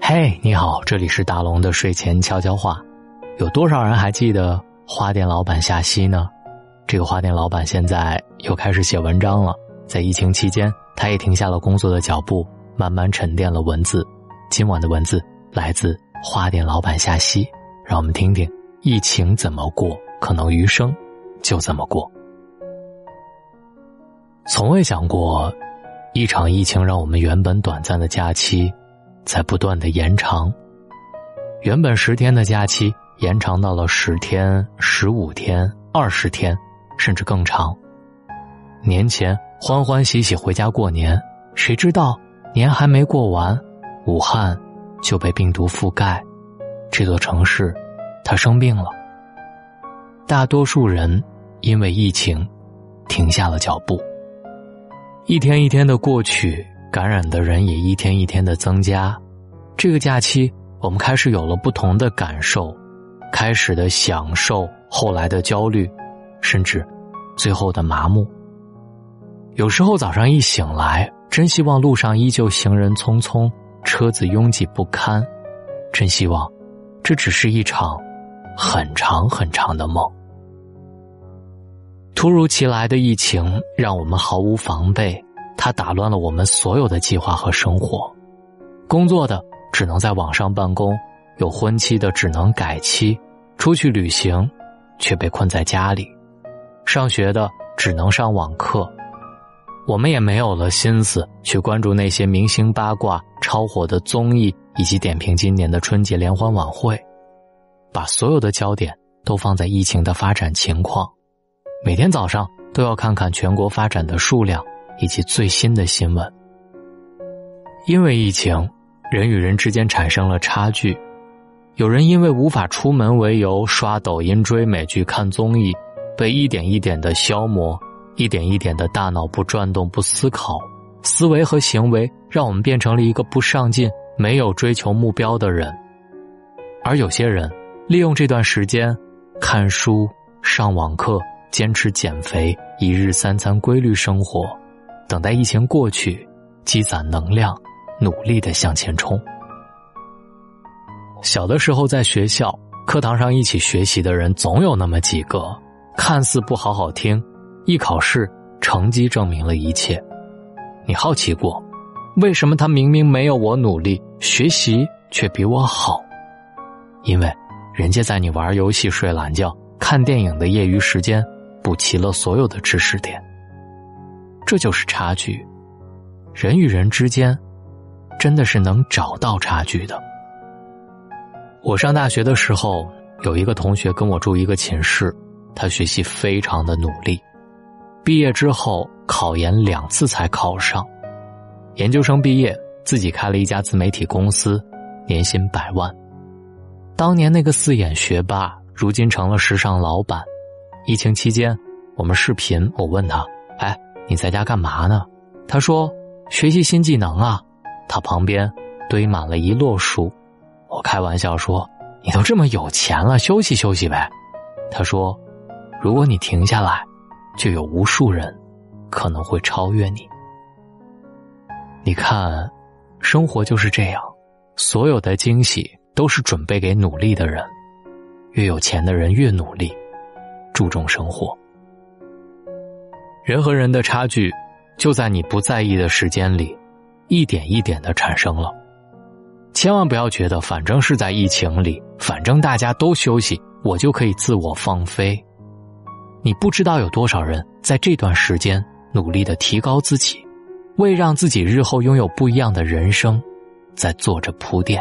嘿，你好，这里是大龙的睡前悄悄话。有多少人还记得花店老板夏曦呢？这个花店老板现在又开始写文章了，在疫情期间，他也停下了工作的脚步，慢慢沉淀了文字。今晚的文字来自花店老板夏曦，让我们听听疫情怎么过，可能余生就这么过。从未想过，一场疫情让我们原本短暂的假期在不断的延长，原本10天的假期延长到了10天、15天、20天，甚至更长。年前欢欢喜喜回家过年，谁知道年还没过完，武汉就被病毒覆盖，这座城市它生病了。大多数人因为疫情停下了脚步，一天一天的过去，感染的人也一天一天的增加。这个假期我们开始有了不同的感受，开始的享受，后来的焦虑，甚至最后的麻木。有时候早上一醒来，真希望路上依旧行人匆匆，车子拥挤不堪，真希望这只是一场很长很长的梦。突如其来的疫情让我们毫无防备，它打乱了我们所有的计划和生活。工作的只能在网上办公，有婚期的只能改期，出去旅行却被困在家里，上学的只能上网课。我们也没有了心思去关注那些明星八卦、超火的综艺，以及点评今年的春节联欢晚会，把所有的焦点都放在疫情的发展情况。每天早上都要看看全国发展的数量以及最新的新闻。因为疫情，人与人之间产生了差距，有人因为无法出门为由，刷抖音、追美剧、看综艺，被一点一点的消磨，一点一点的大脑不转动、不思考，思维和行为让我们变成了一个不上进、没有追求目标的人。而有些人利用这段时间看书、上网课，坚持减肥，一日3餐规律生活，等待疫情过去，积攒能量，努力地向前冲。小的时候在学校课堂上一起学习的人总有那么几个，看似不好好听，一考试成绩证明了一切。你好奇过，为什么他明明没有我努力，学习却比我好？因为人家在你玩游戏、睡懒觉、看电影的业余时间补齐了所有的知识点。这就是差距。人与人之间真的是能找到差距的。我上大学的时候，有一个同学跟我住一个寝室，他学习非常的努力，毕业之后考研2次才考上，研究生毕业自己开了一家自媒体公司，年薪100万。当年那个4眼学霸如今成了时尚老板。疫情期间我们视频，我问他，你在家干嘛呢？他说学习新技能啊。他旁边堆满了一摞书。我开玩笑说，你都这么有钱了，休息休息呗。他说，如果你停下来，就有无数人可能会超越你。你看，生活就是这样，所有的惊喜都是准备给努力的人。越有钱的人越努力，注重生活。人和人的差距就在你不在意的时间里一点一点地产生了。千万不要觉得反正是在疫情里，反正大家都休息，我就可以自我放飞。你不知道有多少人在这段时间努力地提高自己，为让自己日后拥有不一样的人生在做着铺垫。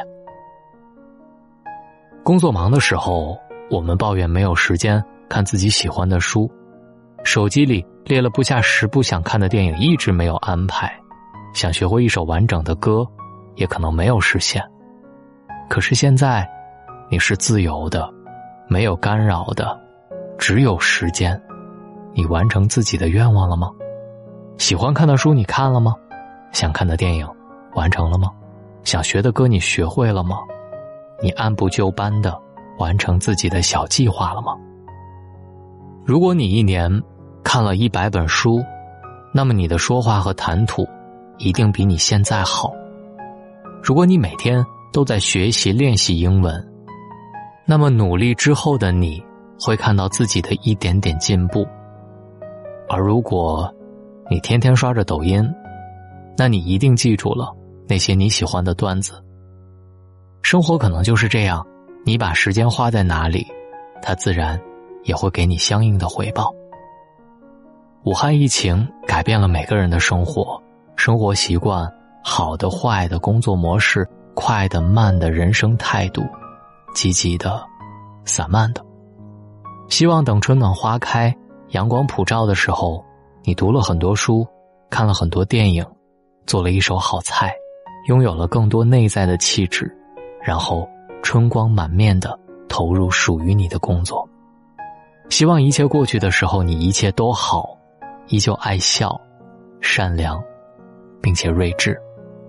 工作忙的时候，我们抱怨没有时间看自己喜欢的书，手机里列了不下10部想看的电影一直没有安排，想学会一首完整的歌也可能没有实现。可是现在你是自由的，没有干扰的，只有时间。你完成自己的愿望了吗？喜欢看的书你看了吗？想看的电影完成了吗？想学的歌你学会了吗？你按部就班的完成自己的小计划了吗？如果你一年看了100本书，那么你的说话和谈吐一定比你现在好。如果你每天都在学习练习英文，那么努力之后的你会看到自己的一点点进步。而如果你天天刷着抖音，那你一定记住了那些你喜欢的段子。生活可能就是这样，你把时间花在哪里，它自然也会给你相应的回报。武汉疫情改变了每个人的生活习惯，好的坏的工作模式，快的慢的人生态度，积极的散漫的。希望等春暖花开，阳光普照的时候，你读了很多书，看了很多电影，做了一手好菜，拥有了更多内在的气质，然后春光满面地投入属于你的工作。希望一切过去的时候，你一切都好，依旧爱笑、善良，并且睿智。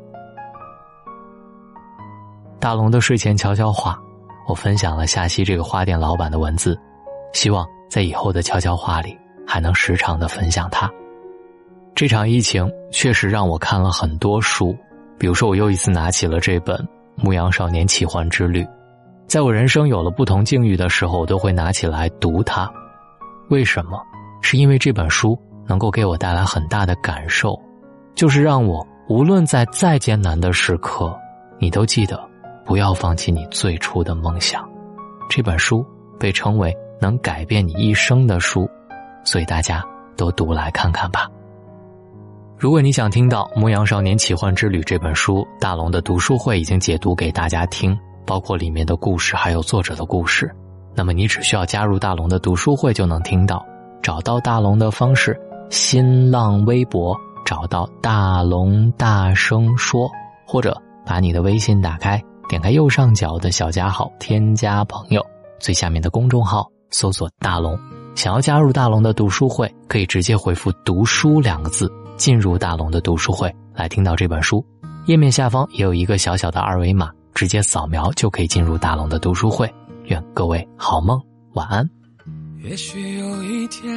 大龙的睡前悄悄话，我分享了夏曦这个花店老板的文字，希望在以后的悄悄话里还能时常地分享它。这场疫情确实让我看了很多书，比如说我又一次拿起了这本《牧羊少年奇幻之旅》，在我人生有了不同境遇的时候，我都会拿起来读它。为什么？是因为这本书能够给我带来很大的感受，就是让我无论在再艰难的时刻，你都记得不要放弃你最初的梦想。这本书被称为能改变你一生的书，所以大家都读来看看吧。如果你想听到《牧羊少年奇幻之旅》这本书，大龙的读书会已经解读给大家听，包括里面的故事还有作者的故事，那么你只需要加入大龙的读书会就能听到。找到大龙的方式，新浪微博找到大龙大声说，或者把你的微信打开，点开右上角的小加号，添加朋友，最下面的公众号搜索大龙。想要加入大龙的读书会，可以直接回复读书2个字进入大龙的读书会，来听到这本书。页面下方也有一个小小的二维码，直接扫描就可以进入大龙的读书会。愿各位好梦，晚安。 也许有一天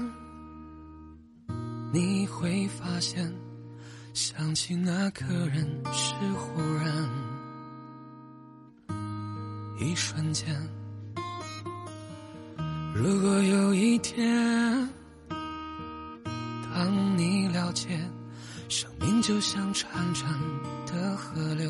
你会发现，想起那个人是忽然，一瞬间。如果有一天当你了解，生命就像潺潺的河流，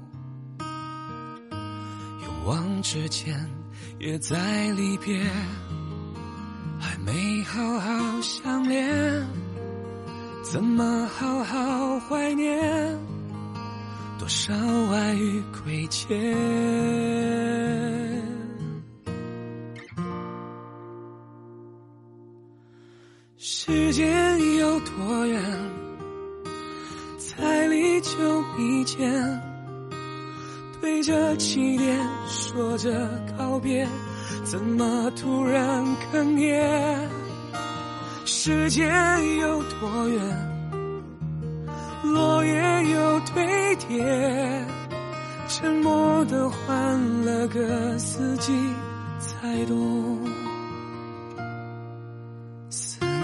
永忘之间也在离别，还没好好相恋，怎么好好怀念，多少爱与亏欠。时间有多远，才历久弥坚，对着起点说着告别，怎么突然哽咽？时间有多远，落叶又堆叠，沉默地换了个四季，才懂思念。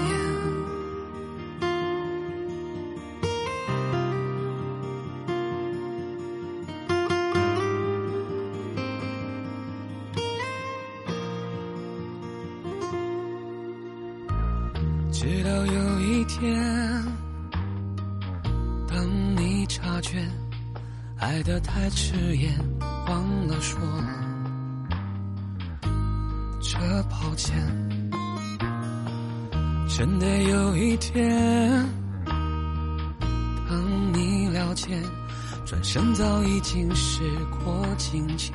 直到有一天，当你察觉爱得太迟延，忘了说这抱歉。真的有一天，当你了解转身早已经时过境迁，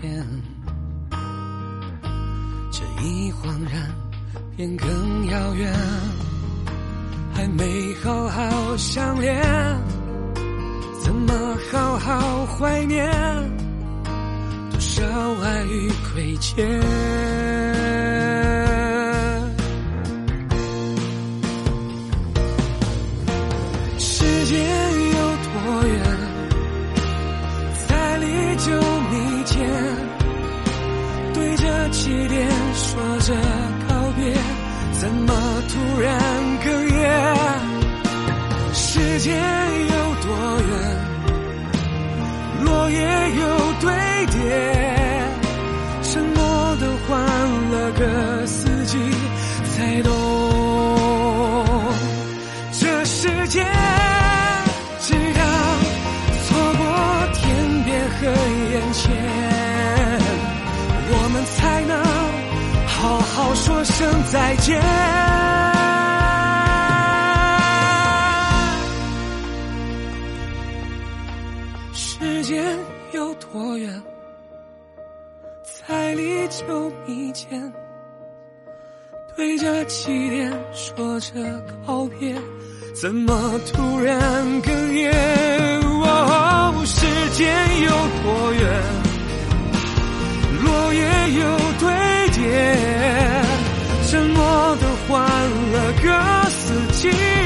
这一恍然便更遥远，还没好好相恋，怎么好好怀念，多少爱与亏欠。时间有多远，才历久弥坚，对着起点说着告别，怎么突然哽咽？时间有多远，落叶又堆时间，直到错过天边和眼前，我们才能好好说声再见。时间有多远，才离就密见，对着起点说着告别，怎么突然哽咽？时间有多远，落叶又堆叠，沉默的换了个四季。